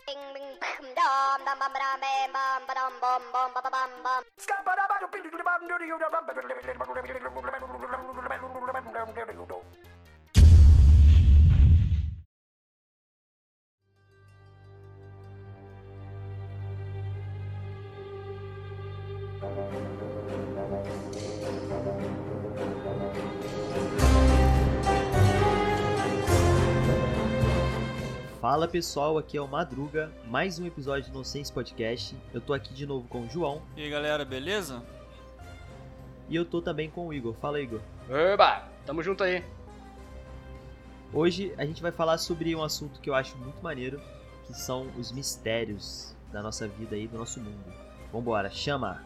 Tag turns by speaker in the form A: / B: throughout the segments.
A: Fala pessoal, aqui é o Madruga, mais um episódio do Nonsense Podcast. Eu tô aqui de novo com o João.
B: E aí galera, beleza?
A: E eu tô também com o Igor. Fala, Igor.
C: Eba, tamo junto aí.
A: Hoje a gente vai falar sobre um assunto que eu acho muito maneiro, que são os mistérios da nossa vida e do nosso mundo. Vambora, chama!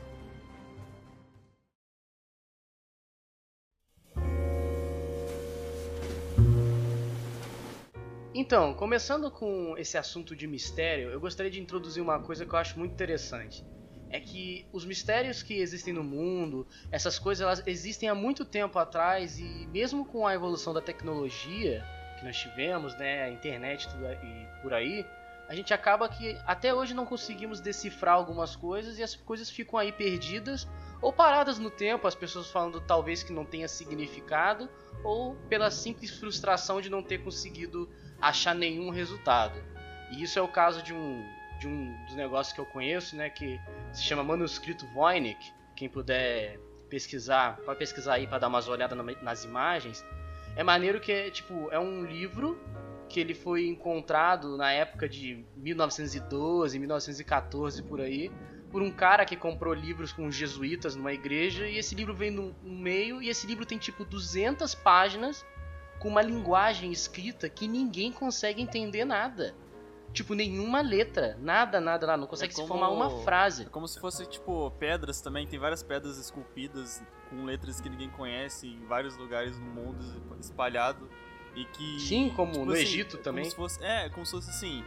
C: Então, começando com esse assunto de mistério, eu gostaria de introduzir uma coisa que eu acho muito interessante. É que os mistérios que existem no mundo, essas coisas, elas existem há muito tempo atrás e mesmo com a evolução da tecnologia que nós tivemos, né, a internet e por aí, a gente acaba que até hoje não conseguimos decifrar algumas coisas e as coisas ficam aí perdidas ou paradas no tempo, as pessoas falando talvez que não tenha significado ou pela simples frustração de não ter conseguido achar nenhum resultado. E isso é o caso de um dos negócios que eu conheço, né, que se chama Manuscrito Voynich. Quem puder pesquisar, pode pesquisar aí para dar umas olhadas nas imagens. É maneiro que é um livro que ele foi encontrado na época de 1912, 1914 por aí, por um cara que comprou livros com os jesuítas numa igreja, e esse livro vem no meio, e esse livro tem 200 páginas com uma linguagem escrita que ninguém consegue entender nada. Nenhuma letra, nada lá, não consegue se formar uma frase.
B: É como se fosse, pedras também, tem várias pedras esculpidas com letras que ninguém conhece em vários lugares no mundo, espalhado, e que...
C: Sim, como no Egito também.
B: Como se fosse assim,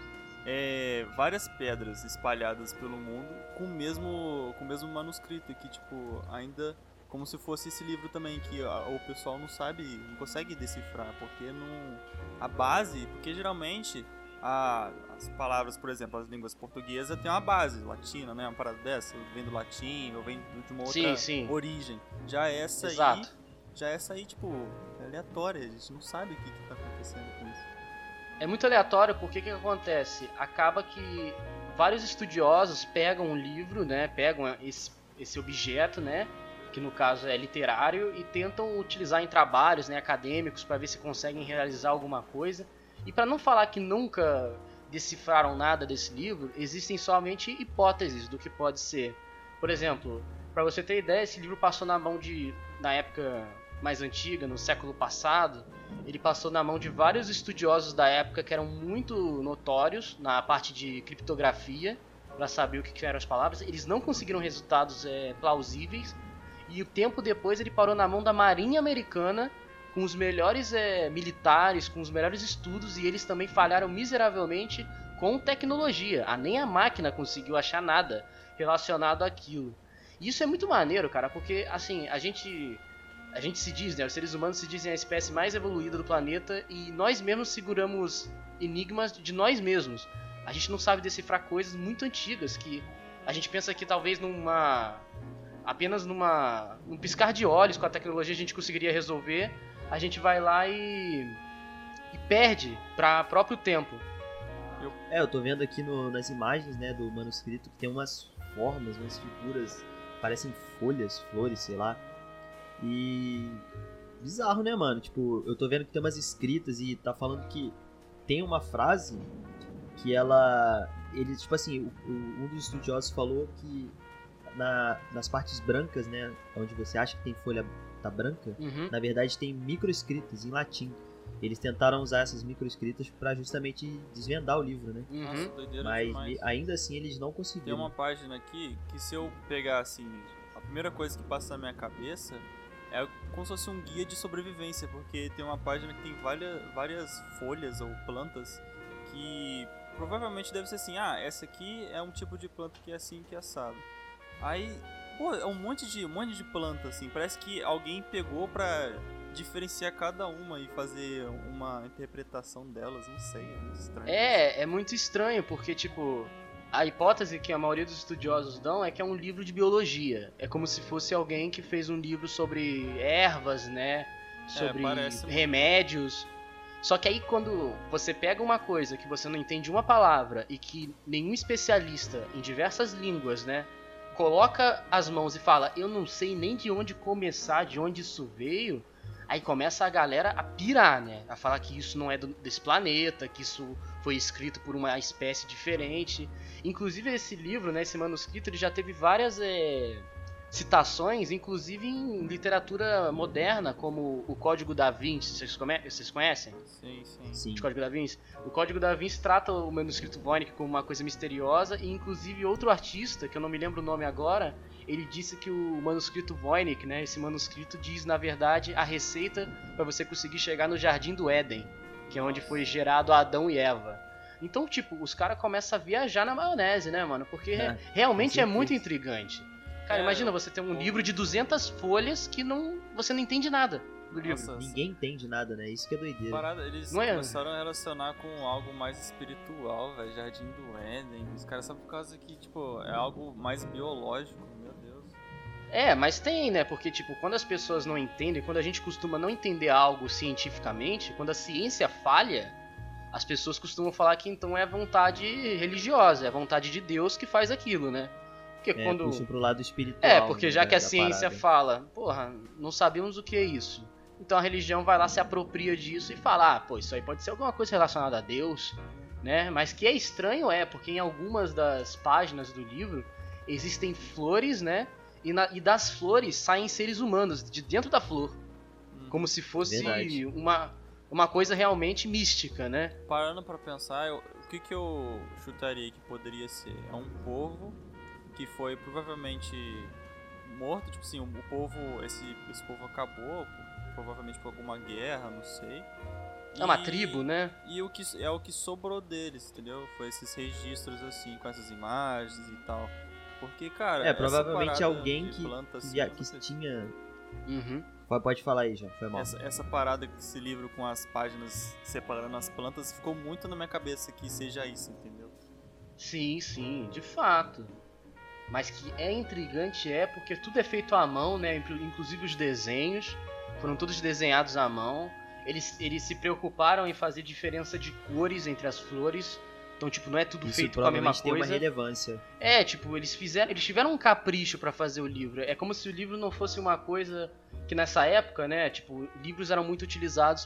B: várias pedras espalhadas pelo mundo com o mesmo manuscrito, que ainda... Como se fosse esse livro também, que o pessoal não consegue decifrar, porque a base, porque geralmente as palavras, por exemplo, as línguas portuguesas tem uma base latina, né, uma parada dessa, vem do latim, ou vem de uma outra origem. Já essa aí, é aleatória, a gente não sabe o que tá acontecendo com isso.
C: É muito aleatório, porque o que acontece? Acaba que vários estudiosos pegam um livro, né, pegam esse objeto, né, que no caso é literário, e tentam utilizar em trabalhos, né, acadêmicos para ver se conseguem realizar alguma coisa. E para não falar que nunca decifraram nada desse livro, existem somente hipóteses do que pode ser. Por exemplo, para você ter ideia, esse livro passou na época mais antiga, no século passado, ele passou na mão de vários estudiosos da época que eram muito notórios na parte de criptografia, para saber o que eram as palavras. Eles não conseguiram resultados plausíveis. E o tempo depois ele parou na mão da Marinha Americana, com os melhores militares, com os melhores estudos, e eles também falharam miseravelmente com tecnologia. Nem a máquina conseguiu achar nada relacionado àquilo. E isso é muito maneiro, cara, porque assim, a gente se diz, né, os seres humanos se dizem a espécie mais evoluída do planeta, e nós mesmos seguramos enigmas de nós mesmos. A gente não sabe decifrar coisas muito antigas que a gente pensa que talvez apenas num piscar de olhos com a tecnologia a gente conseguiria resolver. A gente vai lá e perde para próprio tempo.
A: Eu tô vendo aqui nas imagens, né, do manuscrito que tem umas formas, umas figuras, parecem folhas, flores, sei lá. E bizarro, né, mano? Eu tô vendo que tem umas escritas e tá falando que tem uma frase que um dos estudiosos falou que nas partes brancas, né, onde você acha que tem folha tá branca, na verdade tem microescritas em latim. Eles tentaram usar essas microescritas para justamente desvendar o livro, né?
B: Nossa, doideira
A: mas
B: demais.
A: Ainda assim eles não conseguiram.
B: Tem uma página aqui que, se eu pegar assim, a primeira coisa que passa na minha cabeça é como se fosse um guia de sobrevivência, porque tem uma página que tem várias folhas ou plantas que provavelmente deve ser assim, essa aqui é um tipo de planta que é assim, que é assado. Aí, é um monte de planta, assim, parece que alguém pegou pra diferenciar cada uma e fazer uma interpretação delas, não sei, é muito estranho.
C: É muito estranho, porque, tipo, a hipótese que a maioria dos estudiosos dão é que é um livro de biologia. É como se fosse alguém que fez um livro sobre ervas, né? Sobre
B: parece
C: remédios. Só que aí quando você pega uma coisa que você não entende uma palavra e que nenhum especialista em diversas línguas, né, coloca as mãos e fala, eu não sei nem de onde começar, de onde isso veio, aí começa a galera a pirar, né, a falar que isso não é desse planeta, que isso foi escrito por uma espécie diferente. Inclusive esse livro, né, esse manuscrito, ele já teve várias citações, inclusive em literatura moderna, como o Código da Vinci. Vocês conhecem?
B: Sim.
C: O Código da Vinci. O Código da Vinci trata o manuscrito Voynich como uma coisa misteriosa, e inclusive outro artista, que eu não me lembro o nome agora, ele disse que o manuscrito Voynich, né, esse manuscrito diz, na verdade, a receita para você conseguir chegar no Jardim do Éden, que é onde foi gerado Adão e Eva. Então, tipo, os caras começam a viajar na maionese, né, mano? Porque realmente é muito intrigante. Cara, imagina você ter um livro de 200 folhas que você não entende nada do livro.
B: Nossa,
A: ninguém entende nada, né? Isso que é doideira.
B: Eles começaram a relacionar com algo mais espiritual, velho. Jardim do Éden. Os caras sabem por causa que, tipo, é algo mais biológico, meu Deus.
C: Mas tem, né? Porque, tipo, quando as pessoas não entendem, quando a gente costuma não entender algo cientificamente, quando a ciência falha, as pessoas costumam falar que então é vontade religiosa, é a vontade de Deus que faz aquilo, né? Porque quando
A: puxa pro lado espiritual.
C: porque já que a ciência fala, porra, não sabemos o que é isso. Então a religião vai lá, se apropria disso e fala, isso aí pode ser alguma coisa relacionada a Deus, né? Mas que é estranho porque em algumas das páginas do livro existem flores, né? E das flores saem seres humanos de dentro da flor. Como se fosse uma coisa realmente mística, né?
B: Parando pra pensar, o que eu chutaria que poderia ser? É um povo que foi provavelmente morto, tipo assim, esse povo acabou, provavelmente por alguma guerra, não sei.
C: É uma tribo, né?
B: E o que sobrou deles, entendeu? Foi esses registros assim, com essas imagens e tal. Porque, cara,
A: provavelmente alguém que tinha... Pode falar aí, já, foi mal.
B: Essa parada, esse livro com as páginas separando as plantas, ficou muito na minha cabeça que seja isso, entendeu?
C: Sim, de fato. Mas que é intrigante porque tudo é feito à mão, né? Inclusive os desenhos foram todos desenhados à mão. Eles se preocuparam em fazer diferença de cores entre as flores. Então, tipo, não é tudo
A: isso
C: feito com a mesma coisa.
A: Tem uma relevância.
C: Tipo, eles tiveram um capricho pra fazer o livro. É como se o livro não fosse uma coisa que nessa época, né? Tipo, livros eram muito utilizados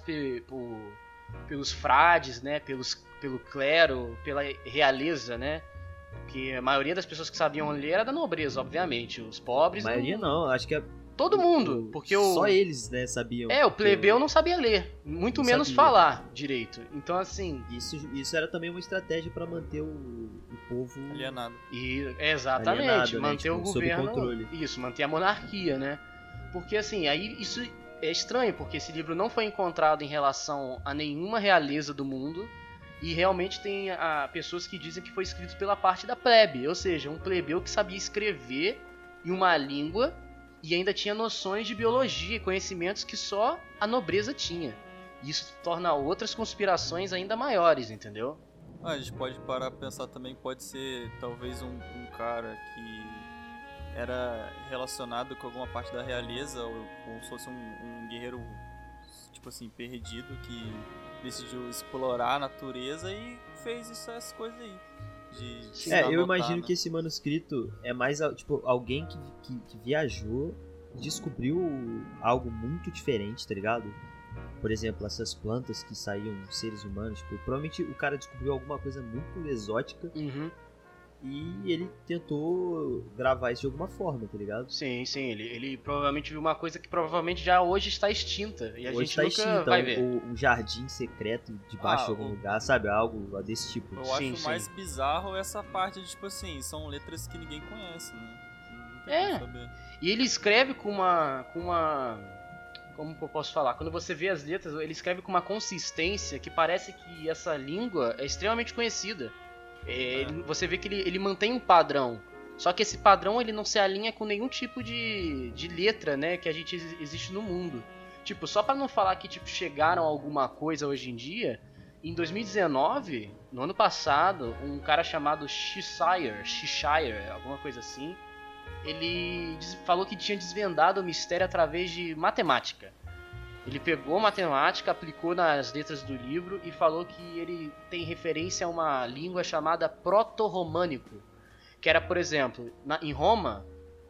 C: pelos frades, né? Pelo clero, pela realeza, né? Porque a maioria das pessoas que sabiam ler era da nobreza, obviamente. Os pobres...
A: A maioria não, acho que é...
C: Todo mundo, porque
A: só eles, né, sabiam.
C: O plebeu não sabia ler, muito menos falar direito. Então, assim...
A: Isso era também uma estratégia para manter o povo...
B: alienado.
C: Exatamente, alienado, manter, né, o governo...
A: sob controle.
C: Isso, manter a monarquia, né? Porque, assim, aí isso é estranho, porque esse livro não foi encontrado em relação a nenhuma realeza do mundo. E realmente tem pessoas que dizem que foi escrito pela parte da plebe. Ou seja, um plebeu que sabia escrever em uma língua... e ainda tinha noções de biologia e conhecimentos que só a nobreza tinha. E isso torna outras conspirações ainda maiores, entendeu?
B: A gente pode parar pra pensar também, pode ser talvez um cara que era relacionado com alguma parte da realeza, ou como se fosse um guerreiro, tipo assim, perdido, que decidiu explorar a natureza e fez essas coisas aí.
A: Eu imagino que esse manuscrito é mais, tipo, alguém que viajou, descobriu algo muito diferente, tá ligado? Por exemplo, essas plantas que saíam seres humanos, tipo, provavelmente o cara descobriu alguma coisa muito exótica e ele tentou gravar isso de alguma forma, tá ligado?
C: Sim, ele provavelmente viu uma coisa que provavelmente já hoje está extinta e a
A: hoje
C: gente nunca vai ver.
A: O jardim secreto debaixo de algum lugar, sabe? Algo desse tipo.
B: Eu acho mais bizarro essa parte de, tipo assim, são letras que ninguém conhece, né? Não tem como saber.
C: E ele escreve com uma... Como que eu posso falar? Quando você vê as letras, ele escreve com uma consistência que parece que essa língua é extremamente conhecida. Você vê que ele mantém um padrão. Só que esse padrão ele não se alinha com nenhum tipo de letra, né, que existe no mundo. Tipo, só pra não falar que tipo, chegaram a alguma coisa hoje em dia, em 2019, no ano passado, um cara chamado Cheshire, alguma coisa assim, ele falou que tinha desvendado o mistério através de matemática. Ele pegou matemática, aplicou nas letras do livro e falou que ele tem referência a uma língua chamada proto-românico, que era, por exemplo, em Roma,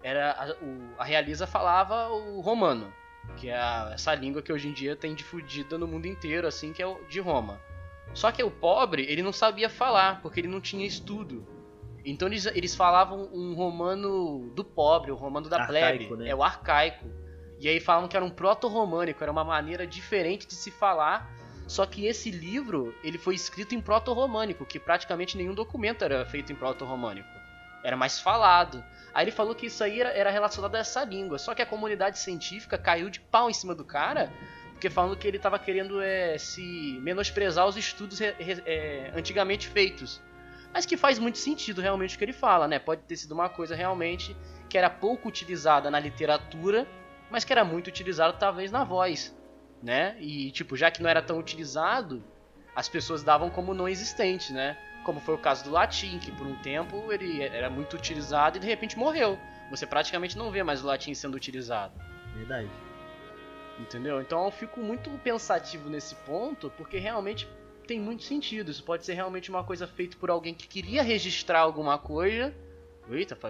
C: a realeza falava o romano, que é essa língua que hoje em dia tem difundida no mundo inteiro, assim, que é o de Roma. Só que o pobre, ele não sabia falar, porque ele não tinha estudo. Então eles falavam um romano do pobre, o romano da
A: Arcaico,
C: plebe,
A: né?
C: é o arcaico. E aí falavam que era um proto-românico, era uma maneira diferente de se falar. Só que esse livro, ele foi escrito em proto-românico, que praticamente nenhum documento era feito em proto-românico. Era mais falado. Aí ele falou que isso aí era relacionado a essa língua. Só que a comunidade científica caiu de pau em cima do cara, porque falando que ele estava querendo se menosprezar os estudos antigamente feitos. Mas que faz muito sentido realmente o que ele fala, né? Pode ter sido uma coisa realmente que era pouco utilizada na literatura, mas que era muito utilizado talvez na voz, né? E tipo, já que não era tão utilizado, as pessoas davam como não existente, né? Como foi o caso do latim, que por um tempo ele era muito utilizado e de repente morreu. Você praticamente não vê mais o latim sendo utilizado.
A: Verdade.
C: Entendeu? Então eu fico muito pensativo nesse ponto, porque realmente tem muito sentido. Isso pode ser realmente uma coisa feita por alguém que queria registrar alguma coisa. Eita, foi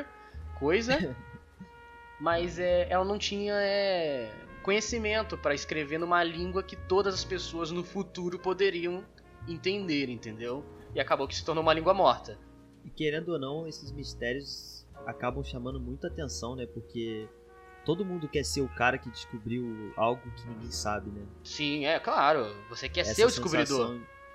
C: coisa. Mas ela não tinha conhecimento para escrever numa língua que todas as pessoas no futuro poderiam entender, entendeu? E acabou que se tornou uma língua morta.
A: E querendo ou não, esses mistérios acabam chamando muita atenção, né? Porque todo mundo quer ser o cara que descobriu algo que ninguém sabe, né?
C: Sim, claro. Você quer
A: Essa
C: ser o descobridor.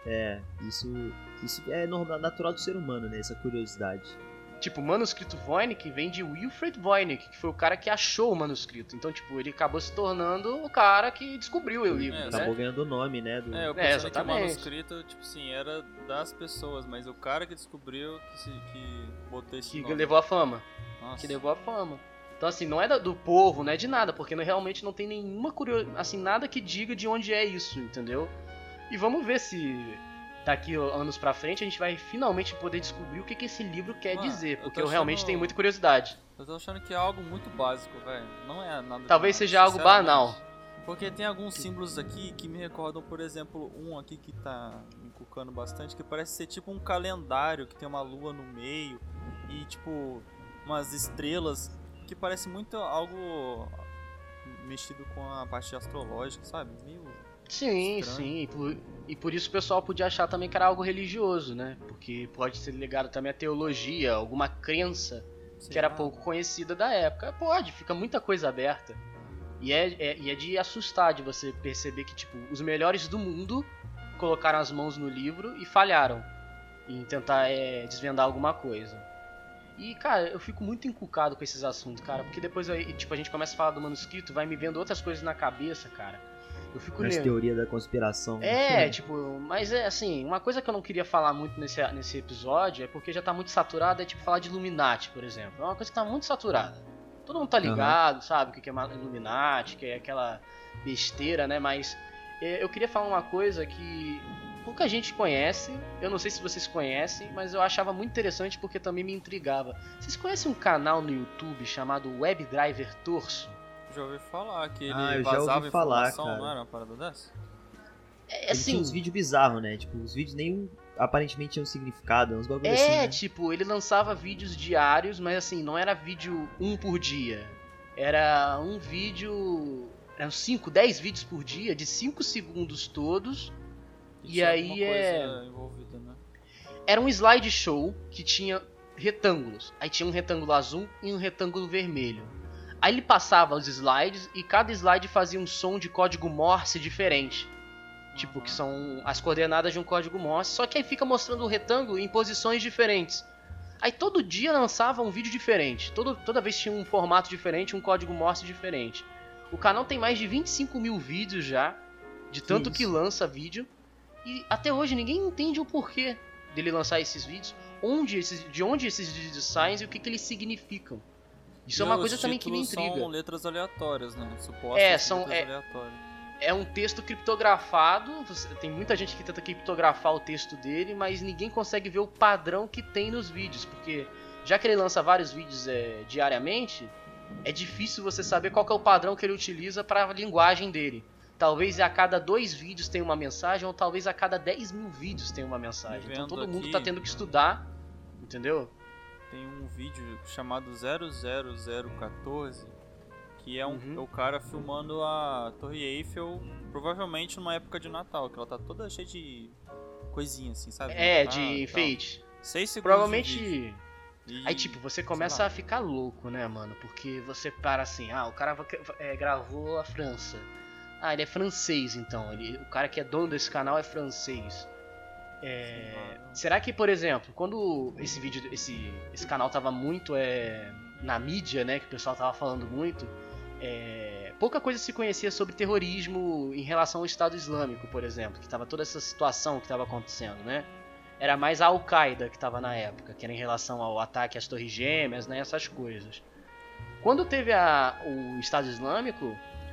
A: Sensação, isso é natural do ser humano, né? Essa curiosidade.
C: Tipo, o manuscrito Voynich vem de Wilfred Voynich, que foi o cara que achou o manuscrito. Então, tipo, ele acabou se tornando o cara que descobriu o livro, né?
A: Acabou ganhando o nome, né?
B: Eu pensando que o
C: exatamente.
B: manuscrito, tipo assim, era das pessoas, mas o cara que descobriu que botou esse
C: Que
B: nome.
C: levou a fama.
B: Nossa.
C: Que levou a fama. Então, assim, não é do povo, não é de nada, porque realmente não tem nenhuma curiosidade, assim, nada que diga de onde é isso, entendeu? E vamos ver se daqui anos pra frente a gente vai finalmente poder descobrir o que esse livro quer dizer, porque eu realmente tenho muita curiosidade.
B: Eu tô achando que é algo muito básico, velho. Não é nada.
C: Talvez
B: demais,
C: seja algo banal.
B: Porque tem alguns símbolos aqui que me recordam, por exemplo, um aqui que tá me encucando bastante, que parece ser tipo um calendário que tem uma lua no meio e tipo umas estrelas, que parece muito algo mexido com a parte astrológica, sabe? Meio
C: Sim,
B: estranho.
C: sim, e por isso o pessoal podia achar também que era algo religioso, né? Porque pode ser ligado também à teologia, alguma crença que era pouco conhecida da época. Pode, fica muita coisa aberta. E é de assustar de você perceber que, tipo, os melhores do mundo colocaram as mãos no livro e falharam em tentar desvendar alguma coisa. E, cara, eu fico muito encucado com esses assuntos, cara, porque depois tipo, a gente começa a falar do manuscrito, vai me vendo outras coisas na cabeça, cara. Eu fico
A: As teorias da conspiração.
C: tipo, mas assim, uma coisa que eu não queria falar muito nesse episódio é porque já tá muito saturado, é tipo falar de Illuminati, por exemplo. É uma coisa que tá muito saturada. Todo mundo tá ligado, sabe, o que é Illuminati, que é aquela besteira, né, mas eu queria falar uma coisa que pouca gente conhece, eu não sei se vocês conhecem, mas eu achava muito interessante porque também me intrigava. Vocês conhecem um canal no YouTube chamado WebDriver Torso?
B: Já ouvi falar que ele
A: eu já
B: vazava
A: ouvi falar,
B: informação,
A: cara.
B: não era uma parada dessa?
A: Ele
C: Assim,
A: tinha uns vídeos bizarros, né? Tipo, os vídeos nem aparentemente tinham significado, uns bagulho assim, né?
C: tipo, ele lançava vídeos diários, mas assim, não era vídeo um por dia. Era um vídeo... Eram 5, 10 vídeos por dia, de 5 segundos todos.
B: Que
C: E
B: tinha
C: aí
B: alguma coisa envolvida, né?
C: Era um slideshow que tinha retângulos. Aí tinha um retângulo azul e um retângulo vermelho. Aí ele passava os slides e cada slide fazia um som de código Morse diferente. Tipo, que são as coordenadas de um código Morse. Só que aí fica mostrando o retângulo em posições diferentes. Aí todo dia lançava um vídeo diferente. Toda vez tinha um formato diferente, um código Morse diferente. O canal tem mais de 25 mil vídeos já. De tanto que lança vídeo. E até hoje ninguém entende o porquê dele lançar esses vídeos. De onde esses vídeos saem e o que eles significam. Isso é uma coisa também que me intriga.
B: São letras aleatórias, né? Supostas letras aleatórias.
C: É um texto criptografado, tem muita gente que tenta criptografar o texto dele, mas ninguém consegue ver o padrão que tem nos vídeos, porque já que ele lança vários vídeos diariamente, é difícil você saber qual que é o padrão que ele utiliza para a linguagem dele. Talvez a cada 2 vídeos tenha uma mensagem, ou talvez a cada 10 mil vídeos tenha uma mensagem. Então todo mundo tá tendo que estudar, entendeu?
B: Tem um vídeo chamado 00014, que é o cara filmando a Torre Eiffel, provavelmente numa época de Natal, que ela tá toda cheia de coisinha assim, sabe?
C: De enfeite.
B: 6 segundos.
C: Provavelmente. Aí, tipo, você começa a ficar louco, né, mano? Porque você para assim, o cara gravou a França. Ele é francês, então. O cara que é dono desse canal é francês. Será que, por exemplo, quando esse canal tava muito na mídia, né, que o pessoal tava falando muito, pouca coisa se conhecia sobre terrorismo em relação ao Estado Islâmico, por exemplo, que tava toda essa situação que tava acontecendo, né? Era mais a Al-Qaeda que estava na época, que era em relação ao ataque às Torres Gêmeas, né, essas coisas. Quando teve o Estado Islâmico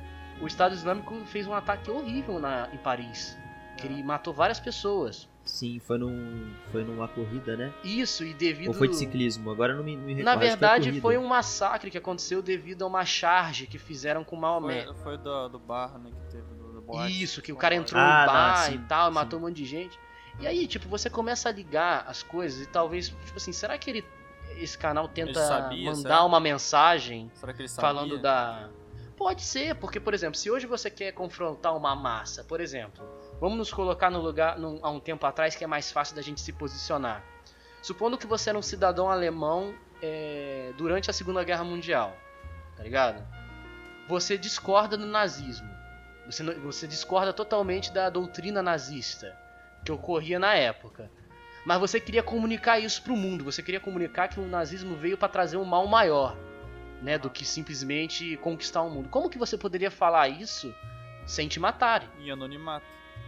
C: fez um ataque horrível em Paris, que ele matou várias pessoas.
A: Sim, foi numa corrida, né?
C: Isso, e devido...
A: Ou foi de ciclismo, agora eu não me recordo.
C: Na verdade, foi um massacre que aconteceu devido a uma charge que fizeram com Maomé.
B: Foi do bar, né, que teve do boate.
C: Isso, que o cara entrou no bar e tal, matou um monte de gente. E aí, tipo, você começa a ligar as coisas e talvez, tipo assim, será que esse canal tenta mandar uma mensagem falando da... Pode ser, porque, por exemplo, se hoje você quer confrontar uma massa, por exemplo, vamos nos colocar no lugar, há um tempo atrás, que é mais fácil da gente se posicionar. Supondo que você era um cidadão alemão durante a Segunda Guerra Mundial, tá ligado? Você discorda do nazismo, você discorda totalmente da doutrina nazista que ocorria na época. Mas você queria comunicar isso pro mundo, você queria comunicar que o nazismo veio para trazer um mal maior, né, do que simplesmente conquistar o mundo. Como que você poderia falar isso sem te matarem?
B: Em anonimato.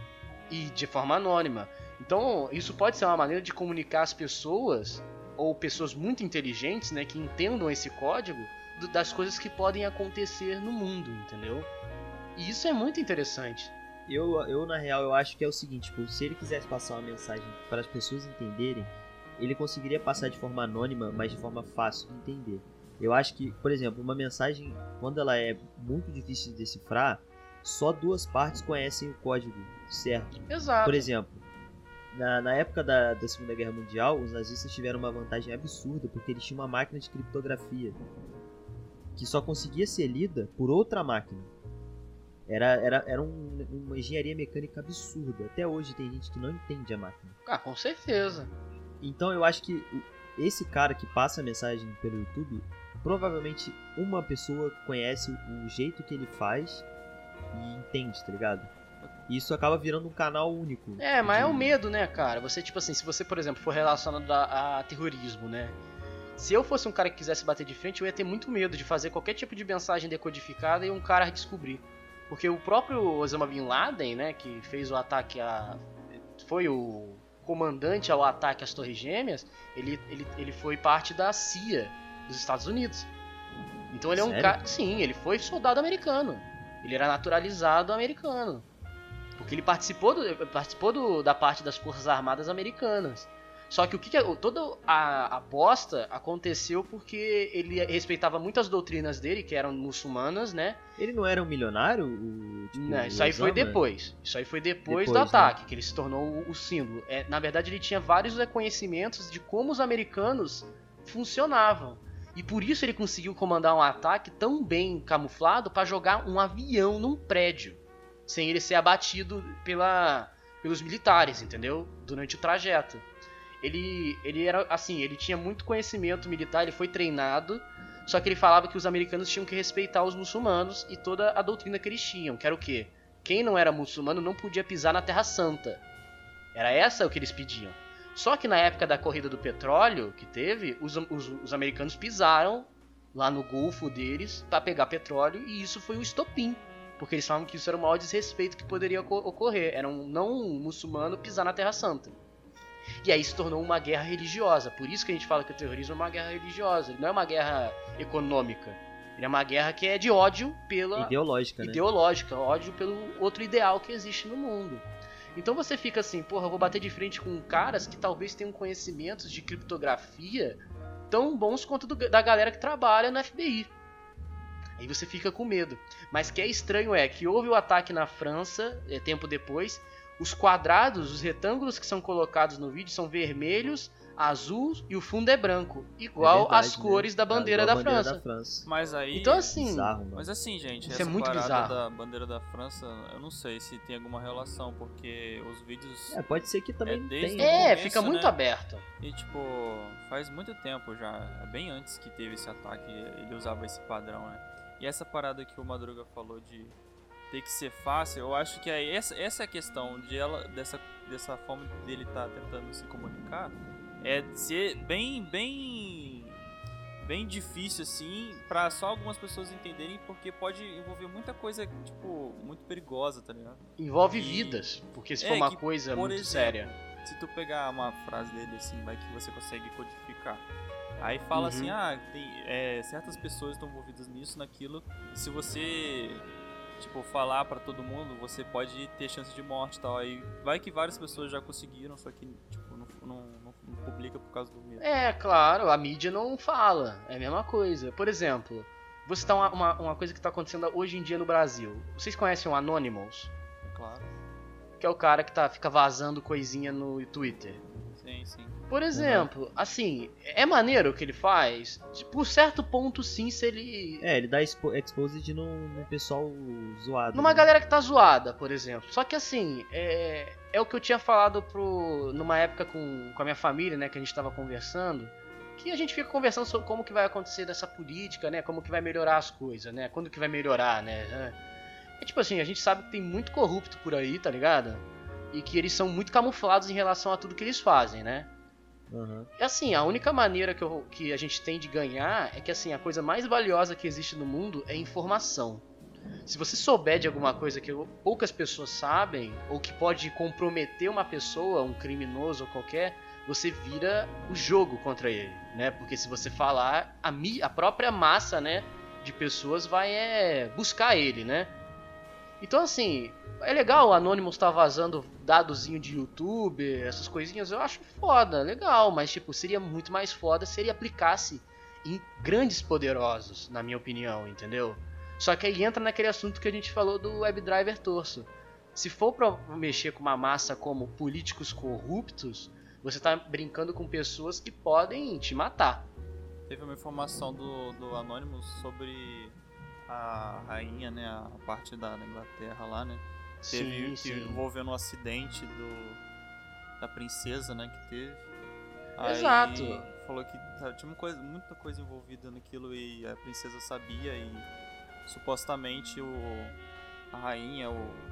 C: E de forma anônima. Então, isso pode ser uma maneira de comunicar às pessoas, ou pessoas muito inteligentes, né, que entendam esse código, das coisas que podem acontecer no mundo, entendeu? E isso é muito interessante.
A: Eu na real, eu acho que é o seguinte, tipo, se ele quisesse passar uma mensagem para as pessoas entenderem, ele conseguiria passar de forma anônima, mas de forma fácil de entender. Eu acho que, por exemplo, uma mensagem, quando ela é muito difícil de decifrar, só 2 partes conhecem o código certo.
C: Exato.
A: Por exemplo, na época da Segunda Guerra Mundial, os nazistas tiveram uma vantagem absurda, porque eles tinham uma máquina de criptografia que só conseguia ser lida por outra máquina. Era uma engenharia mecânica absurda. Até hoje tem gente que não entende a máquina.
C: Com certeza.
A: Então eu acho que esse cara que passa a mensagem pelo YouTube, provavelmente uma pessoa conhece o jeito que ele faz e entende, tá ligado? E isso acaba virando um canal único.
C: Mas é o medo, né, cara? Você, tipo assim, se você, por exemplo, for relacionado a terrorismo, né? Se eu fosse um cara que quisesse bater de frente, eu ia ter muito medo de fazer qualquer tipo de mensagem decodificada e um cara descobrir. Porque o próprio Osama Bin Laden, né, que fez o ataque foi o comandante ao ataque às Torres Gêmeas, ele foi parte da CIA dos Estados Unidos. Então ele é um cara... Sim, ele foi soldado americano. Ele era naturalizado americano. Porque ele participou da parte das Forças Armadas Americanas. Só que toda a bosta aconteceu porque ele respeitava muitas doutrinas dele, que eram muçulmanas, né?
A: Ele não era um milionário?
C: Não, isso aí foi depois. Isso aí foi depois do ataque, né? Que ele se tornou o símbolo. Na verdade, ele tinha vários conhecimentos de como os americanos funcionavam. E por isso ele conseguiu comandar um ataque tão bem camuflado para jogar um avião num prédio, sem ele ser abatido pelos militares, entendeu? Durante o trajeto. Ele era assim, ele tinha muito conhecimento militar, ele foi treinado, só que ele falava que os americanos tinham que respeitar os muçulmanos e toda a doutrina que eles tinham, que era o quê? Quem não era muçulmano não podia pisar na Terra Santa. Era essa o que eles pediam. Só que na época da corrida do petróleo que teve, os americanos pisaram lá no golfo deles para pegar petróleo e isso foi o estopim. Porque eles falavam que isso era o maior desrespeito que poderia ocorrer. Era um não muçulmano pisar na Terra Santa. E aí se tornou uma guerra religiosa. Por isso que a gente fala que o terrorismo é uma guerra religiosa. Ele não é uma guerra econômica. Ele é uma guerra que é de ódio pela...
A: Ideológica, né?
C: Ideológica, ódio pelo outro ideal que existe no mundo. Então você fica assim, porra, eu vou bater de frente com caras que talvez tenham conhecimentos de criptografia tão bons quanto da galera que trabalha no FBI. Aí você fica com medo. Mas o que é estranho é que houve o ataque na França, tempo depois, os quadrados, os retângulos que são colocados no vídeo são vermelhos, azuis e o fundo é branco, igual
A: verdade,
C: às cores da bandeira,
A: igual
C: da,
A: a bandeira
C: França.
A: da França.
B: Mas aí...
C: Então assim,
A: Bizarro, mano.
B: Mas assim, gente,
C: Isso é
B: essa
C: muito
B: parada
C: bizarro.
B: da bandeira da França, eu não sei se tem alguma relação, porque os vídeos...
A: Pode ser que também
B: desde
A: tenha.
B: o começo,
C: fica muito
B: né?
C: aberto.
B: E tipo, faz muito tempo já, bem antes que teve esse ataque, ele usava esse padrão, né? E essa parada que o Madruga falou de ter que ser fácil, eu acho que essa é a questão de dessa forma dele estar tentando se comunicar, é ser bem difícil assim, pra só algumas pessoas entenderem, porque pode envolver muita coisa, tipo, muito perigosa, tá ligado?
C: Envolve vidas, porque se for uma
B: que,
C: coisa
B: por
C: muito
B: exemplo,
C: séria.
B: Se tu pegar uma frase dele assim, vai que você consegue codificar. Aí fala assim, tem, certas pessoas estão envolvidas nisso, naquilo, e se você, tipo, falar pra todo mundo, você pode ter chance de morte e tal. Aí vai que várias pessoas já conseguiram, só que, tipo, não publica por causa do medo.
C: É, claro, a mídia não fala, é a mesma coisa. Por exemplo, vou citar uma coisa que tá acontecendo hoje em dia no Brasil. Vocês conhecem o Anonymous?
B: É claro.
C: Que é o cara que fica vazando coisinha no Twitter.
B: Sim.
C: Por exemplo, assim, é maneiro o que ele faz? Por certo ponto, sim, se ele...
A: Ele dá exposed num pessoal zoado.
C: Numa
A: né?
C: galera que tá zoada, por exemplo. Só que assim, é o que eu tinha falado numa época com a minha família, né, que a gente tava conversando, que a gente fica conversando sobre como que vai acontecer dessa política, né, como que vai melhorar as coisas, né, quando que vai melhorar, né. É tipo assim, a gente sabe que tem muito corrupto por aí, tá ligado? E que eles são muito camuflados em relação a tudo que eles fazem, né.
A: Uhum.
C: E assim, a única maneira que a gente tem de ganhar é que assim, a coisa mais valiosa que existe no mundo é informação. Se você souber de alguma coisa que poucas pessoas sabem, ou que pode comprometer uma pessoa, um criminoso ou qualquer, você vira o jogo contra ele, né? Porque se você falar, a própria massa, né, de pessoas vai buscar ele, né? Então assim, é legal o Anonymous tá vazando dadozinho de YouTube, essas coisinhas, eu acho foda, legal, mas tipo, seria muito mais foda se ele aplicasse em grandes poderosos, na minha opinião, entendeu? Só que aí entra naquele assunto que a gente falou do WebDriver torso. Se for pra mexer com uma massa como políticos corruptos, você tá brincando com pessoas que podem te matar.
B: Teve uma informação do Anonymous sobre a rainha, né, a parte da Inglaterra lá, né? Teve envolvendo um acidente da princesa, né, que teve.
C: Exato.
B: Aí falou que tinha muita coisa envolvida naquilo e a princesa sabia e supostamente a rainha,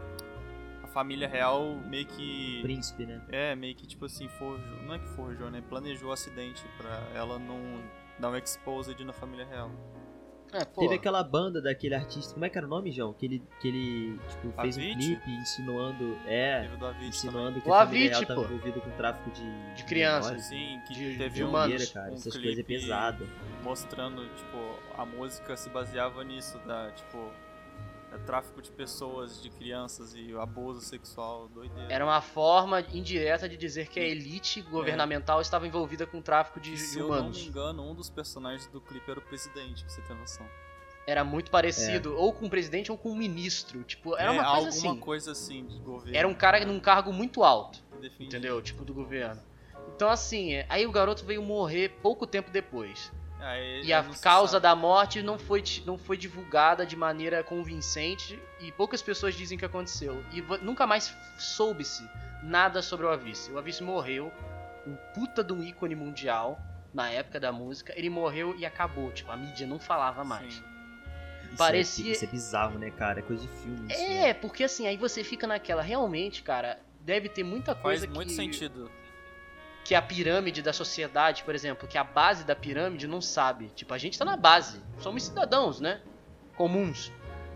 B: a família real meio que...
A: Príncipe, né?
B: meio que tipo assim, não é que forjou, né? Planejou o acidente pra ela não dar um exposed na família real.
A: Teve aquela banda daquele artista, como é que era o nome, João? Que ele tipo, fez um
B: Avicii?
A: clipe insinuando,
B: Teve do Avicii
A: insinuando que
C: O
A: a família real
C: Avicii,
A: tava
C: pô.
A: envolvido com tráfico de
C: crianças.
A: menores.
B: Sim, que
C: de
B: teve
C: humanos.
A: Cara,
B: um
A: essas
B: clipe
A: coisas é pesado.
B: mostrando, tipo, a música se baseava nisso, tipo, tráfico de pessoas, de crianças e abuso sexual, doideira.
C: Era uma forma indireta de dizer que a elite governamental estava envolvida com o tráfico de
B: Se eu não me
C: humanos.
B: engano, um dos personagens do clipe era o presidente, pra você ter noção.
C: Era muito parecido, ou com o presidente ou com o ministro. Tipo, era uma coisa
B: alguma
C: assim.
B: coisa assim de governo.
C: Era um cara num cargo muito alto,
B: Defendia.
C: entendeu? Tipo, do governo. Então, assim, aí o garoto veio morrer pouco tempo depois. E a causa da morte não foi divulgada de maneira convincente e poucas pessoas dizem que aconteceu. E nunca mais soube-se nada sobre o Avicii. O Avicii morreu, um puta de um ícone mundial na época da música. Ele morreu e acabou, tipo, a mídia não falava mais.
B: Sim.
C: Parecia...
A: Isso é bizarro, né, cara? É coisa de filme. Isso, né?
C: Porque assim, aí você fica naquela, realmente, cara, deve ter muita coisa
B: Faz muito sentido.
C: que a pirâmide da sociedade, por exemplo, que a base da pirâmide não sabe. Tipo, a gente tá na base, somos cidadãos, né? Comuns.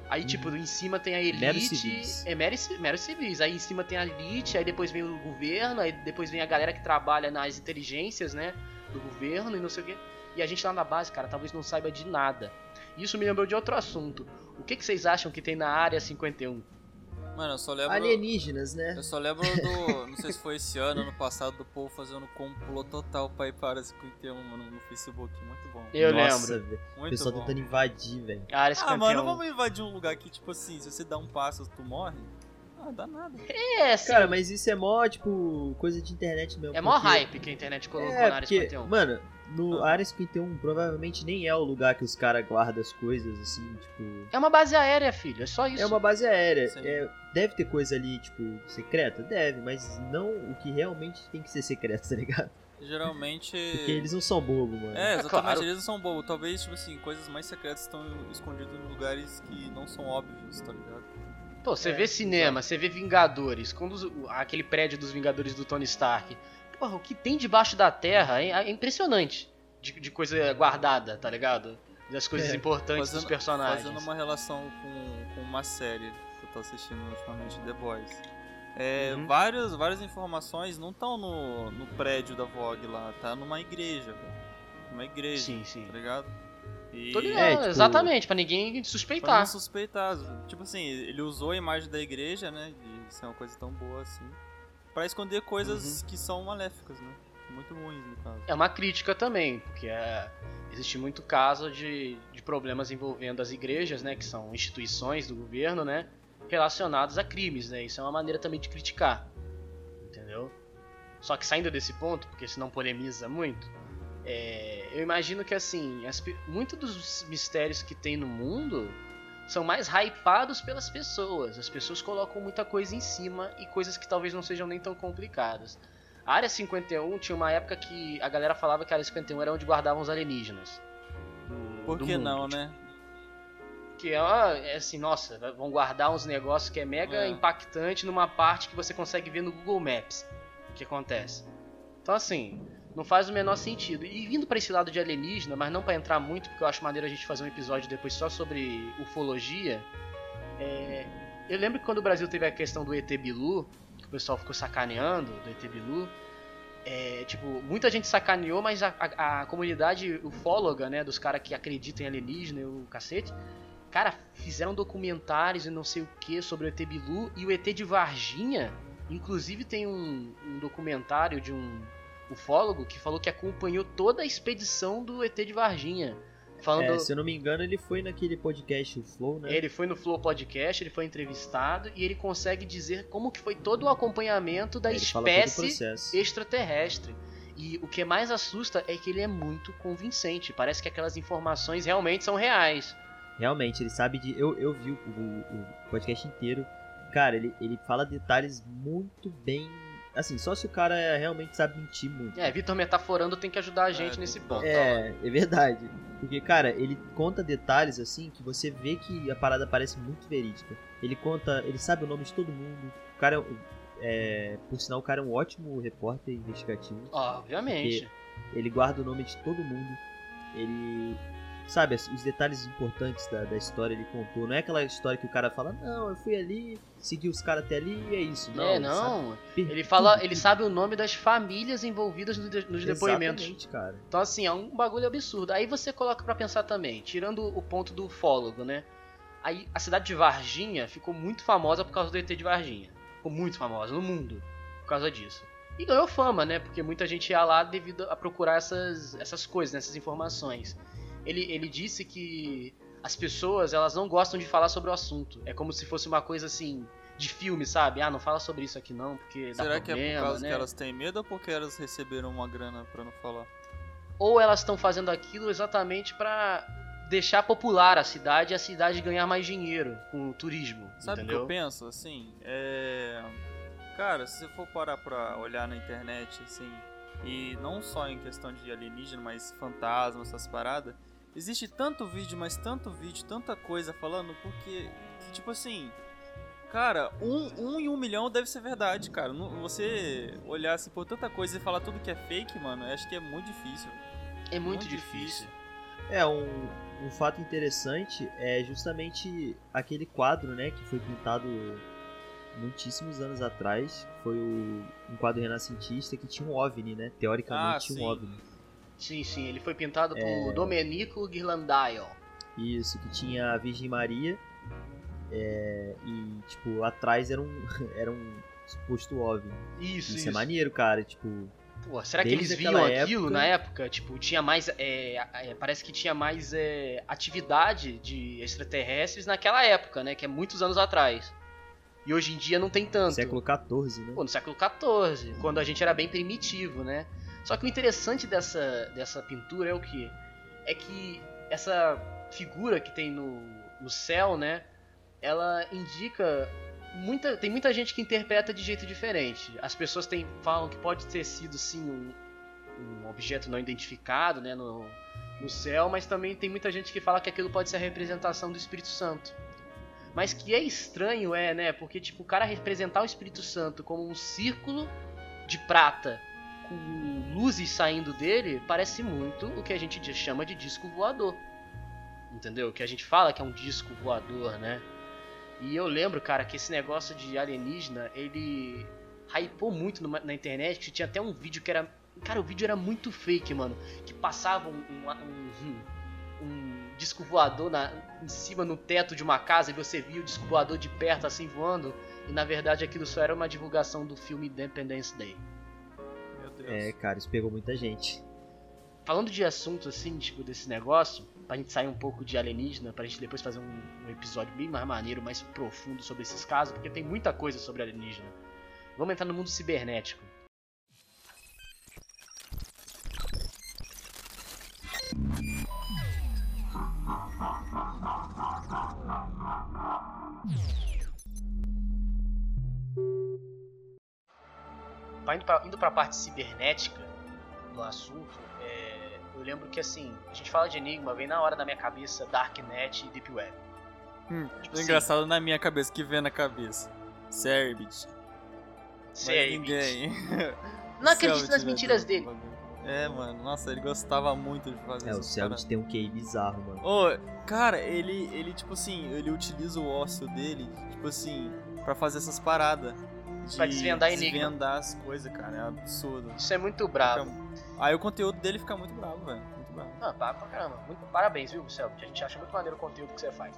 C: Aí, tipo, em cima tem a
A: Meros
C: elite.
A: civis.
C: Meros civis. Aí em cima tem a elite, aí depois vem o governo, aí depois vem a galera que trabalha nas inteligências, né? Do governo e não sei o quê. E a gente lá na base, cara, talvez não saiba de nada. Isso me lembrou de outro assunto. O que vocês acham que tem na Área 51?
B: Mano, eu só lembro.
A: Alienígenas, né?
B: Eu só lembro do. Não sei se foi esse ano passado, do povo fazendo complô total pra ir para a Área 51, mano, no Facebook. Muito bom.
C: Eu
A: Nossa,
C: lembro.
A: velho. O
B: Muito
A: pessoal
B: bom.
A: tentando invadir, velho.
C: A Área 51.
B: Mano, vamos invadir um lugar que, tipo assim, se você dá um passo, tu morre? Dá nada.
C: É, assim,
A: Cara, mas isso é mó, tipo, coisa de internet mesmo.
C: é mó
A: porque-
C: hype que a internet colocou
A: É,
C: na Área
A: porque,
C: 51.
A: mano, no Área 51 provavelmente nem é o lugar que os caras guardam as coisas, assim, tipo...
C: É uma base aérea, filho. É só isso.
A: É uma base aérea.
B: Sim.
A: Deve ter coisa ali, tipo, secreta? Deve, mas não o que realmente tem que ser secreto, tá ligado?
B: Geralmente.
A: Porque eles não são bobos, mano.
B: É, exatamente,
C: claro.
B: eles não são bobos. Talvez, tipo assim, coisas mais secretas estão escondidas em lugares que não são óbvios, tá ligado?
C: Pô, você
A: É,
C: vê cinema, você vê Vingadores, quando aquele prédio dos Vingadores do Tony Stark. Porra, o que tem debaixo da Terra é impressionante de coisa guardada, tá ligado? Das coisas
A: É,
C: importantes dos personagens.
B: Fazendo uma relação com uma série que eu tô assistindo ultimamente, The Boys.
C: Uhum.
B: Várias informações não estão no prédio da Vogue lá, tá numa igreja, velho. Uma igreja,
C: Sim, sim.
B: tá ligado? E
C: Tô ligado,
A: É, tipo-
C: exatamente, pra ninguém
B: pra
C: suspeitar.
B: não suspeitar. Tipo assim, ele usou a imagem da igreja, né, de ser uma coisa tão boa assim, pra esconder coisas que são maléficas, né? Muito ruins, no caso.
C: É uma crítica também, porque existe muito caso de problemas envolvendo as igrejas, né, que são instituições do governo, né, relacionados a crimes, né, isso é uma maneira também de criticar, entendeu? Só que saindo desse ponto, porque senão polemiza muito, eu imagino que assim, muitos dos mistérios que tem no mundo são mais hypados pelas pessoas, as pessoas colocam muita coisa em cima e coisas que talvez não sejam nem tão complicadas. A Área 51 tinha uma época que a galera falava que a Área 51 era onde guardavam os alienígenas.
B: Por
C: do
B: que
C: mundo,
B: não,
C: tipo,
B: né?
C: Que é assim, nossa, vão guardar uns negócios que é mega impactante numa parte que você consegue ver no Google Maps. O que acontece. Então assim, não faz o menor sentido. E vindo pra esse lado de alienígena, mas não pra entrar muito, porque eu acho maneiro a gente fazer um episódio depois só sobre ufologia. Eu lembro que quando o Brasil teve a questão do ET Bilu, que o pessoal ficou sacaneando do ET Bilu, tipo, muita gente sacaneou, mas a comunidade ufóloga, né, dos caras que acreditam em alienígena e o cacete, cara, fizeram documentários e não sei o que sobre o ET Bilu e o ET de Varginha. Inclusive tem um documentário de um ufólogo que falou que acompanhou toda a expedição do ET de Varginha. Falando...
A: Se eu não me engano, ele foi naquele podcast, o Flow, né?
C: Ele foi no Flow Podcast, ele foi entrevistado e ele consegue dizer como que foi todo o acompanhamento da
A: Ele fala todo o
C: espécie
A: processo.
C: extraterrestre. E o que mais assusta é que ele é muito convincente. Parece que aquelas informações realmente são reais.
A: Realmente, ele sabe de... Eu vi o podcast inteiro. Cara, ele fala detalhes muito bem... Assim, só se o cara realmente sabe mentir muito.
C: Vitor Metaforando tem que ajudar a gente nesse ponto.
A: É verdade. Porque, cara, ele conta detalhes assim que você vê que a parada parece muito verídica. Ele sabe o nome de todo mundo. O cara por sinal, o cara é um ótimo repórter investigativo.
C: Obviamente.
A: Ele guarda o nome de todo mundo. Ele sabe os detalhes importantes da história, ele contou. Não é aquela história que o cara fala, não, eu fui ali, segui os caras até ali e é isso. Não,
C: não.
A: Sabe?
C: Ele fala, ele sabe o nome das famílias envolvidas nos depoimentos.
A: Exatamente, cara.
C: Então assim, é um bagulho absurdo. Aí você coloca pra pensar também, tirando o ponto do ufólogo, né? Aí a cidade de Varginha ficou muito famosa por causa do ET de Varginha. Ficou muito famosa no mundo por causa disso. E ganhou fama, né? Porque muita gente ia lá devido a procurar essas coisas, né? Essas informações. Ele disse que as pessoas, elas não gostam de falar sobre o assunto. É como se fosse uma coisa assim, de filme, sabe? Não fala sobre isso aqui não, porque dá
B: Será
C: problema,
B: que é por causa
C: né?
B: que elas têm medo ou porque elas receberam uma grana pra não falar?
C: Ou elas estão fazendo aquilo exatamente pra deixar popular a cidade e a cidade ganhar mais dinheiro com o turismo,
B: Sabe o que
C: entendeu?
B: eu penso, assim? Cara, se você for parar pra olhar na internet, assim, e não só em questão de alienígena, mas fantasma, essas paradas, existe tanto vídeo, mas tanto vídeo, tanta coisa falando, porque, tipo assim, cara, um em 1 milhão deve ser verdade, cara. Você olhar assim por tanta coisa e falar tudo que é fake, mano, eu acho que é muito difícil.
C: É muito difícil.
A: Um fato interessante é justamente aquele quadro, né, que foi pintado muitíssimos anos atrás. Foi um quadro renascentista que tinha um OVNI, né? Teoricamente tinha um OVNI.
C: Sim, ele foi pintado por Domenico Ghirlandaio.
A: Isso, que tinha a Virgem Maria e, tipo, atrás era um suposto OVNI. Isso é maneiro, cara, tipo...
C: Pô, será que eles viam aquilo na época? Tipo, tinha mais... parece que tinha mais atividade de extraterrestres naquela época, né? Que é muitos anos atrás. E hoje em dia não tem tanto.
A: Século XIV, né?
C: Pô, no século XIV, quando a gente era bem primitivo, né? Só que o interessante dessa pintura é o quê? É que essa figura que tem no céu, né? Ela indica... Tem muita gente que interpreta de jeito diferente. As pessoas falam que pode ter sido, sim, um objeto não identificado, né, no céu, mas também tem muita gente que fala que aquilo pode ser a representação do Espírito Santo. Mas que é estranho, né, porque tipo, o cara representar o Espírito Santo como um círculo de prata com luzes saindo dele, parece muito o que a gente chama de disco voador. Entendeu? O que a gente fala que é um disco voador, né? E eu lembro, cara, que esse negócio de alienígena, ele hypou muito na internet, que tinha até um vídeo que era... Cara, o vídeo era muito fake, mano. Que passava um disco voador em cima no teto de uma casa e você via o disco voador de perto, assim, voando. E na verdade aquilo só era uma divulgação do filme Independence Day.
B: Meu Deus.
A: Cara, isso pegou muita gente.
C: Falando de assunto, assim, tipo, desse negócio, pra gente sair um pouco de alienígena, pra gente depois fazer um episódio bem mais maneiro, mais profundo sobre esses casos, porque tem muita coisa sobre alienígena. Vamos entrar no mundo cibernético. Indo pra parte cibernética do assunto, eu lembro que, assim, a gente fala de Enigma, vem na hora da minha cabeça Darknet e Deep Web.
B: Tipo engraçado assim, na minha cabeça, que vem na cabeça Cerbit. Ninguém.
C: Não acredito nas mentiras dele.
B: Mano, nossa, ele gostava muito de fazer isso.
A: O Cerbit tem um QI bizarro, mano.
B: Cara, ele, tipo assim, ele utiliza o ócio dele, tipo assim, pra fazer essas paradas.
C: Pra desvendar enigma.
B: Desvendar as coisas, cara, é absurdo.
C: Isso é muito brabo.
B: Aí o conteúdo dele fica muito bravo, velho. Muito bravo.
C: Pra caramba. Parabéns, viu, Celso? A gente acha muito maneiro o conteúdo que você faz.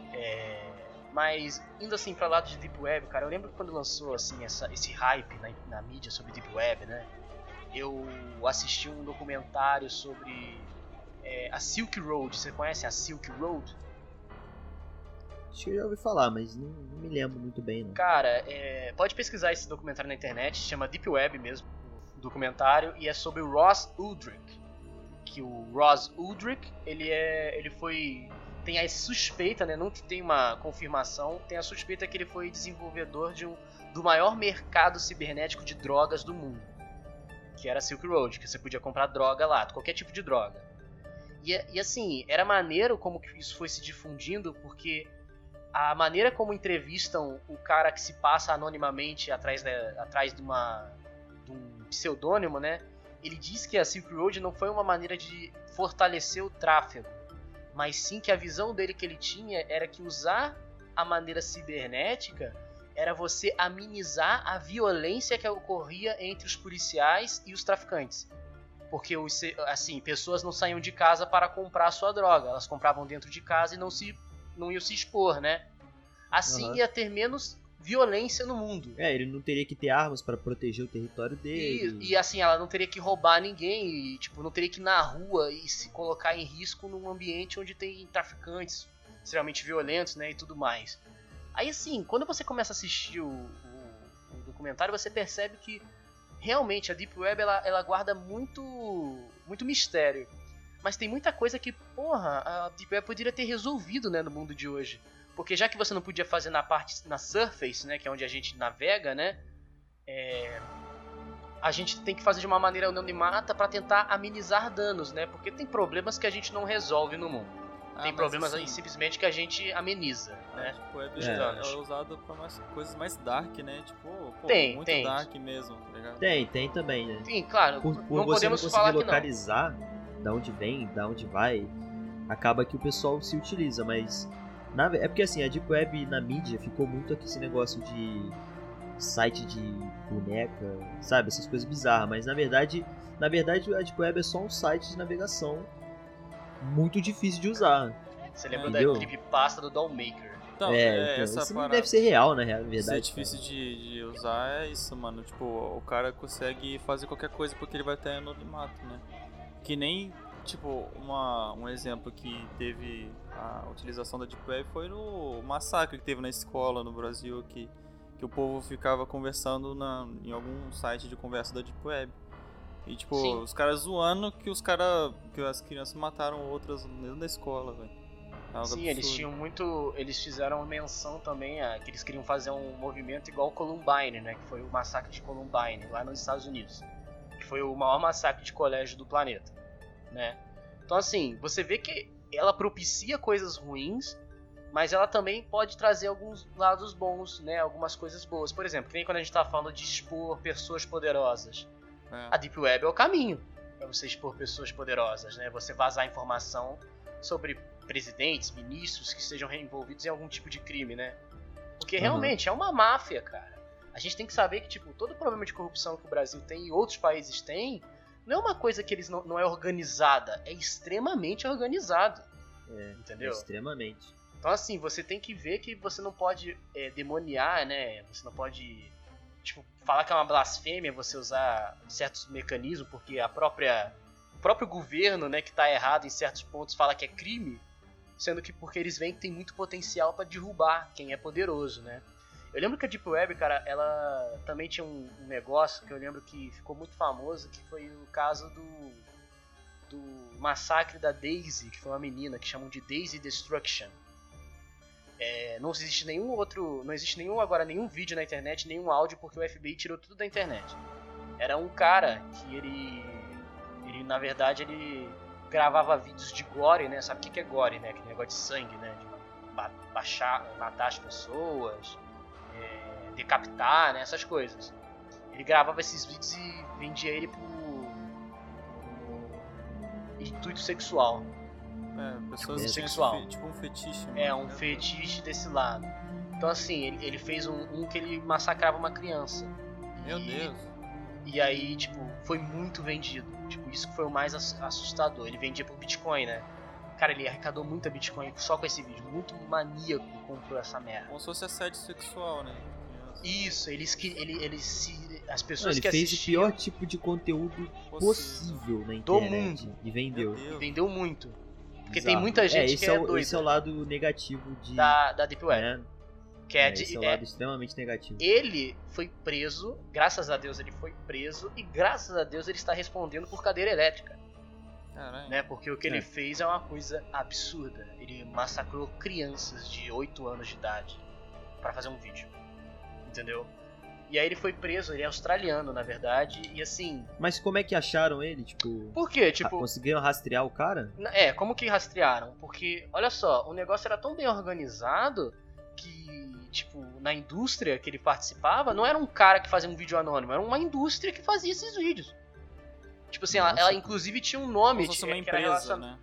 C: Mas, indo assim pra lado de Deep Web, cara, eu lembro que quando lançou, assim, esse hype na mídia sobre Deep Web, né? Eu assisti um documentário sobre a Silk Road. Você conhece a Silk Road?
A: Acho que eu já ouvi falar, mas não me lembro muito bem, não.
C: Cara, pode pesquisar esse documentário na internet, se chama Deep Web mesmo, o documentário, e é sobre o Ross Ulbricht. Que o Ross Ulbricht, tem a suspeita, né, não tem uma confirmação, tem a suspeita que ele foi desenvolvedor do maior mercado cibernético de drogas do mundo, que era a Silk Road, que você podia comprar droga lá, qualquer tipo de droga. E assim, era maneiro como que isso foi se difundindo, porque a maneira como entrevistam o cara que se passa anonimamente atrás de um pseudônimo, né? Ele diz que a Silk Road não foi uma maneira de fortalecer o tráfego, mas sim que a visão dele que ele tinha era que usar a maneira cibernética era você amenizar a violência que ocorria entre os policiais e os traficantes. Porque, assim, pessoas não saíam de casa para comprar sua droga, elas compravam dentro de casa e não iam se expor, né? Assim ia ter menos violência no mundo.
A: Ele não teria que ter armas para proteger o território dele.
C: E assim, ela não teria que roubar ninguém e, tipo, não teria que ir na rua e se colocar em risco num ambiente onde tem traficantes extremamente violentos, né, e tudo mais. Aí, assim, quando você começa a assistir o documentário, você percebe que realmente a Deep Web ela guarda muito mistério. Mas tem muita coisa que, a Deep Web poderia ter resolvido, né, no mundo de hoje. Porque já que você não podia fazer na Surface, né, que é onde a gente navega, né, a gente tem que fazer de uma maneira anonimata para tentar amenizar danos, né, porque tem problemas que a gente não resolve no mundo. Tem problemas assim, simplesmente que a gente ameniza, né?
B: Tipo, é usado pra coisas mais dark, né? Tipo,
C: tem.
B: Dark mesmo, tá ligado?
A: Tem também, né?
C: Sim, claro.
A: Por
C: não podemos
A: você
C: falar
A: localizar da onde vem, da onde vai, acaba que o pessoal se utiliza, mas é porque assim, a Deep Web na mídia ficou muito aqui esse negócio de site de boneca, sabe, essas coisas bizarras, mas na verdade a Deep Web é só um site de navegação muito difícil de usar.
C: Você lembra
A: entendeu?
C: da creepypasta do Dollmaker?
B: Então,
A: então,
B: essa
A: isso não
B: parada.
A: deve ser real, na verdade.
B: Ser difícil de usar é isso, mano. Tipo, o cara consegue fazer qualquer coisa porque ele vai estar em anonimato, né? Que nem, tipo, um exemplo que teve a utilização da Deep Web foi no massacre que teve na escola no Brasil, que o povo ficava conversando em algum site de conversa da Deep Web. E, tipo,
C: Sim.
B: os caras zoando que as crianças mataram outras dentro da escola, velho.
C: Sim, eles fizeram menção também que eles queriam fazer um movimento igual o Columbine, né? Que foi o massacre de Columbine, lá nos Estados Unidos. Que foi o maior massacre de colégio do planeta, né? Então, assim, você vê que ela propicia coisas ruins, mas ela também pode trazer alguns lados bons, né? Algumas coisas boas. Por exemplo, que nem quando a gente tá falando de expor pessoas poderosas. A Deep Web é o caminho para você expor pessoas poderosas, né? Você vazar informação sobre presidentes, ministros que estejam envolvidos em algum tipo de crime, né? Porque realmente é uma máfia, cara. A gente tem que saber que, tipo, todo o problema de corrupção que o Brasil tem e outros países têm não é uma coisa que eles não é organizada, é extremamente organizado. Entendeu?
A: Extremamente.
C: Então, assim, você tem que ver que você não pode demoniar, né? Você não pode, tipo, falar que é uma blasfêmia você usar certos mecanismos, porque o próprio governo, né, que tá errado em certos pontos, fala que é crime, sendo que porque eles veem que tem muito potencial para derrubar quem é poderoso, né? Eu lembro que a Deep Web, cara, ela também tinha um negócio que eu lembro que ficou muito famoso, que foi o caso do massacre da Daisy, que foi uma menina, que chamam de Daisy Destruction. Não existe nenhum vídeo na internet, nenhum áudio, porque o FBI tirou tudo da internet. Era um cara que ele na verdade, ele gravava vídeos de gore, né? Sabe o que é gore, né? Aquele negócio de sangue, né? De matar as pessoas, decapitar, né? Essas coisas. Ele gravava esses vídeos e vendia ele por intuito sexual.
B: Pessoas
C: sexual.
B: Tipo um fetiche. Mano.
C: Um fetiche desse lado. Então, assim, ele fez um que ele massacrava uma criança.
B: Meu Deus.
C: E aí, tipo, foi muito vendido. Tipo, isso que foi o mais assustador. Ele vendia por Bitcoin, né? Cara, ele arrecadou muita Bitcoin só com esse vídeo. Muito maníaco comprou essa merda.
B: Como se fosse assédio sexual, né?
C: Isso, as pessoas que
A: fez
C: assistiam...
A: o pior tipo de conteúdo possível na internet.
C: Do mundo.
A: E vendeu.
C: E vendeu muito. Porque
A: Bizarro.
C: tem muita gente que é doida.
A: Esse é o lado negativo
C: da Deep Web.
A: Né? Esse é o lado extremamente negativo.
C: Ele foi preso, graças a Deus ele foi preso, e graças a Deus ele está respondendo por cadeira elétrica.
B: Caralho.
C: Né? Porque o que ele fez é uma coisa absurda. Ele massacrou crianças de 8 anos de idade para fazer um vídeo. Entendeu? E aí ele foi preso, ele é australiano, na verdade, e assim...
A: Mas como é que acharam ele, tipo...
C: Por quê? Tipo...
A: Conseguiram rastrear o cara?
C: Como que rastrearam? Porque, olha só, o negócio era tão bem organizado que, tipo, na indústria que ele participava, não era um cara que fazia um vídeo anônimo, era uma indústria que fazia esses vídeos. Tipo assim, ela inclusive tinha um nome...
B: Como se fosse uma empresa, né?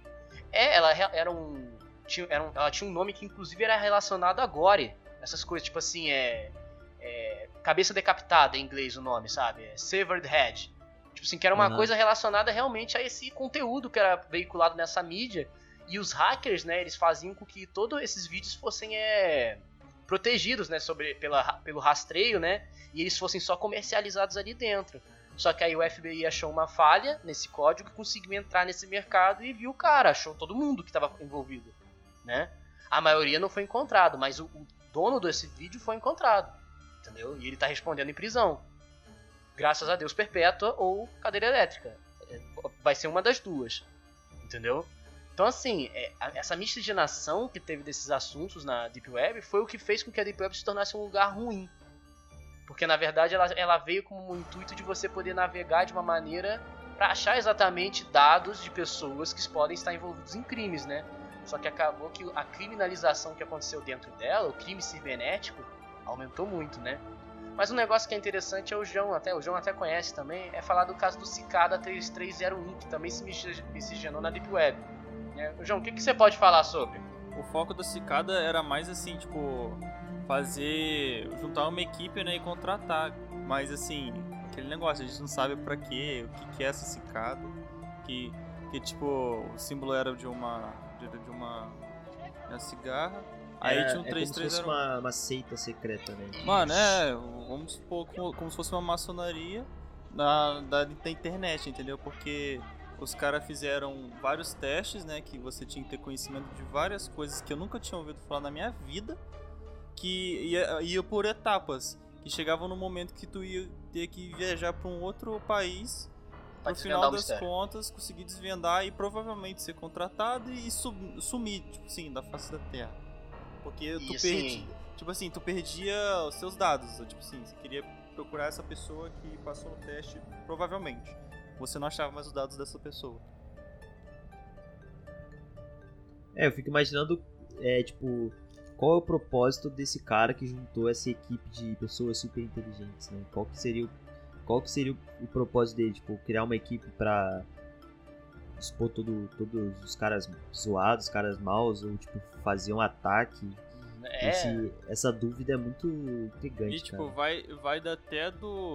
C: Ela tinha um nome que inclusive era relacionado a gore. Essas coisas, tipo assim, cabeça decapitada em inglês o nome, sabe? Severed Head. Tipo assim, que era uma coisa relacionada realmente a esse conteúdo que era veiculado nessa mídia. E os hackers, né, eles faziam com que todos esses vídeos fossem protegidos, né, pelo rastreio, né? E eles fossem só comercializados ali dentro. Só que aí o FBI achou uma falha nesse código e conseguiu entrar nesse mercado e viu o cara, achou todo mundo que estava envolvido, né? A maioria não foi encontrado, mas o dono desse vídeo foi encontrado, entendeu? E ele tá respondendo em prisão. Graças a Deus, perpétua ou cadeira elétrica. Vai ser uma das duas, entendeu? Então, assim, essa miscigenação que teve desses assuntos na Deep Web foi o que fez com que a Deep Web se tornasse um lugar ruim. Porque, na verdade, ela veio com o intuito de você poder navegar de uma maneira para achar exatamente dados de pessoas que podem estar envolvidos em crimes, né? Só que acabou que a criminalização que aconteceu dentro dela, o crime cibernético, aumentou muito, né? Mas um negócio que é interessante o João até conhece também, é falar do caso do Cicada 3301, que também se miscigenou na Deep Web. João, o que você pode falar sobre?
B: O foco da cicada era mais assim, tipo, juntar uma equipe, né, e contratar. Mas assim, aquele negócio, a gente não sabe pra quê, o que é essa cicada. Que tipo, o símbolo era de uma cigarra. Aí tinha um 3-3.
A: Como se fosse uma seita secreta, né?
B: Mano, vamos supor como se fosse uma maçonaria da internet, entendeu? Porque os caras fizeram vários testes, né? Que você tinha que ter conhecimento de várias coisas que eu nunca tinha ouvido falar na minha vida. Que ia por etapas. Que chegavam no momento que tu ia ter que viajar para um outro país. No final das contas, conseguir desvendar e provavelmente ser contratado e sumir, tipo assim, da face da Terra. Porque tu perdia os seus dados. Tipo assim, você queria procurar essa pessoa que passou no teste, provavelmente. Você não achava mais os dados dessa pessoa.
A: Eu fico imaginando, tipo, qual é o propósito desse cara que juntou essa equipe de pessoas super inteligentes, né? Qual que seria o propósito dele? Tipo, criar uma equipe pra expor todos os caras zoados, os caras maus, ou tipo, fazer um ataque. Essa dúvida é muito intrigante.
B: E tipo,
A: cara.
B: vai dar até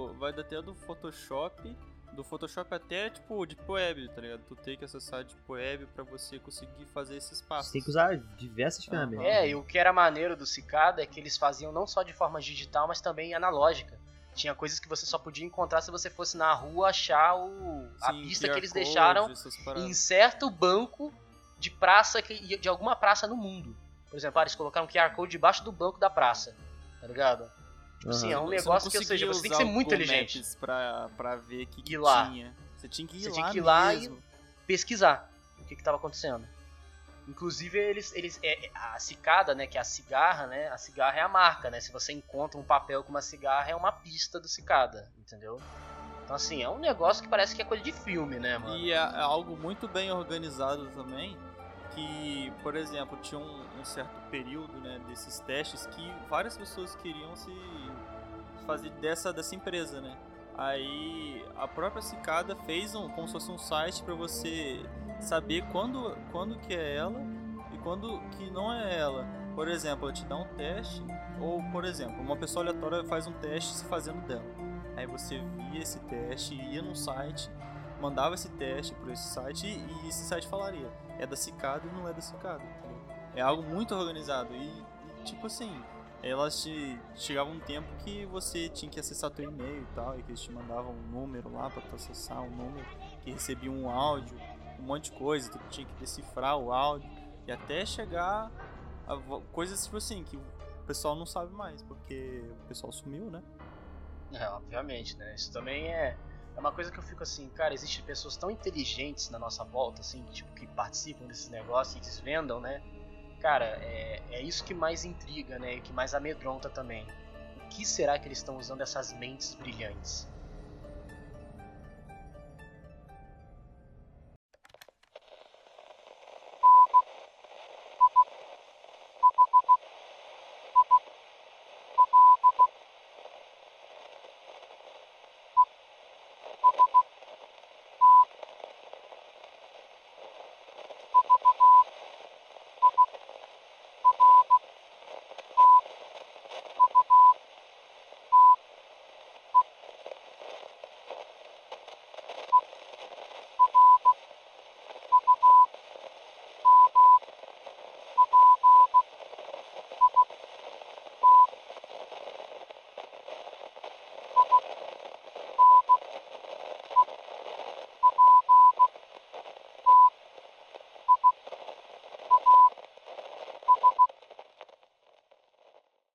B: do Photoshop. Do Photoshop até tipo Deep Web, tá ligado? Tu tem que acessar Deep Web pra você conseguir fazer esses passos.
A: Você tem que usar diversas ferramentas.
C: E o que era maneiro do Cicada é que eles faziam não só de forma digital, mas também analógica. Tinha coisas que você só podia encontrar se você fosse na rua achar a pista que eles deixaram em certo banco de praça, de alguma praça no mundo. Por exemplo, eles colocaram um QR Code debaixo do banco da praça, tá ligado? Tipo assim, é um negócio que, ou seja, você tem que ser muito inteligente
B: pra ver que tinha. Você tinha que ir lá mesmo.
C: E pesquisar o que estava acontecendo. Inclusive, a cicada, né, que é a cigarra, né, a cigarra é a marca, né, se você encontra um papel com uma cigarra, é uma pista do cicada, entendeu? Então, assim, é um negócio que parece que é coisa de filme, né, mano?
B: E é algo muito bem organizado também, que, por exemplo, tinha um certo período, né, desses testes que várias pessoas queriam se fazer dessa empresa, né? Aí a própria cicada fez como se fosse um site para você saber quando que é ela e quando que não é ela. Por exemplo, ela te dá um teste, ou por exemplo, uma pessoa aleatória faz um teste se fazendo dela. Aí você via esse teste, ia num site, mandava esse teste por esse site e esse site falaria, é da cicada e não é da cicada. Entendeu? É algo muito organizado e tipo assim, elas chegava um tempo que você tinha que acessar teu e-mail e tal, e que eles te mandavam um número lá pra tu acessar, um número que recebia um áudio, um monte de coisa, tu tinha que decifrar o áudio e até chegar a coisas tipo assim, que o pessoal não sabe mais, porque o pessoal sumiu, né?
C: Obviamente, né? Isso também é uma coisa que eu fico assim, cara, existem pessoas tão inteligentes na nossa volta, assim, tipo, que participam desses negócios e desvendam, né? Cara, é isso que mais intriga, né? E que mais amedronta também. O que será que eles estão usando essas mentes brilhantes?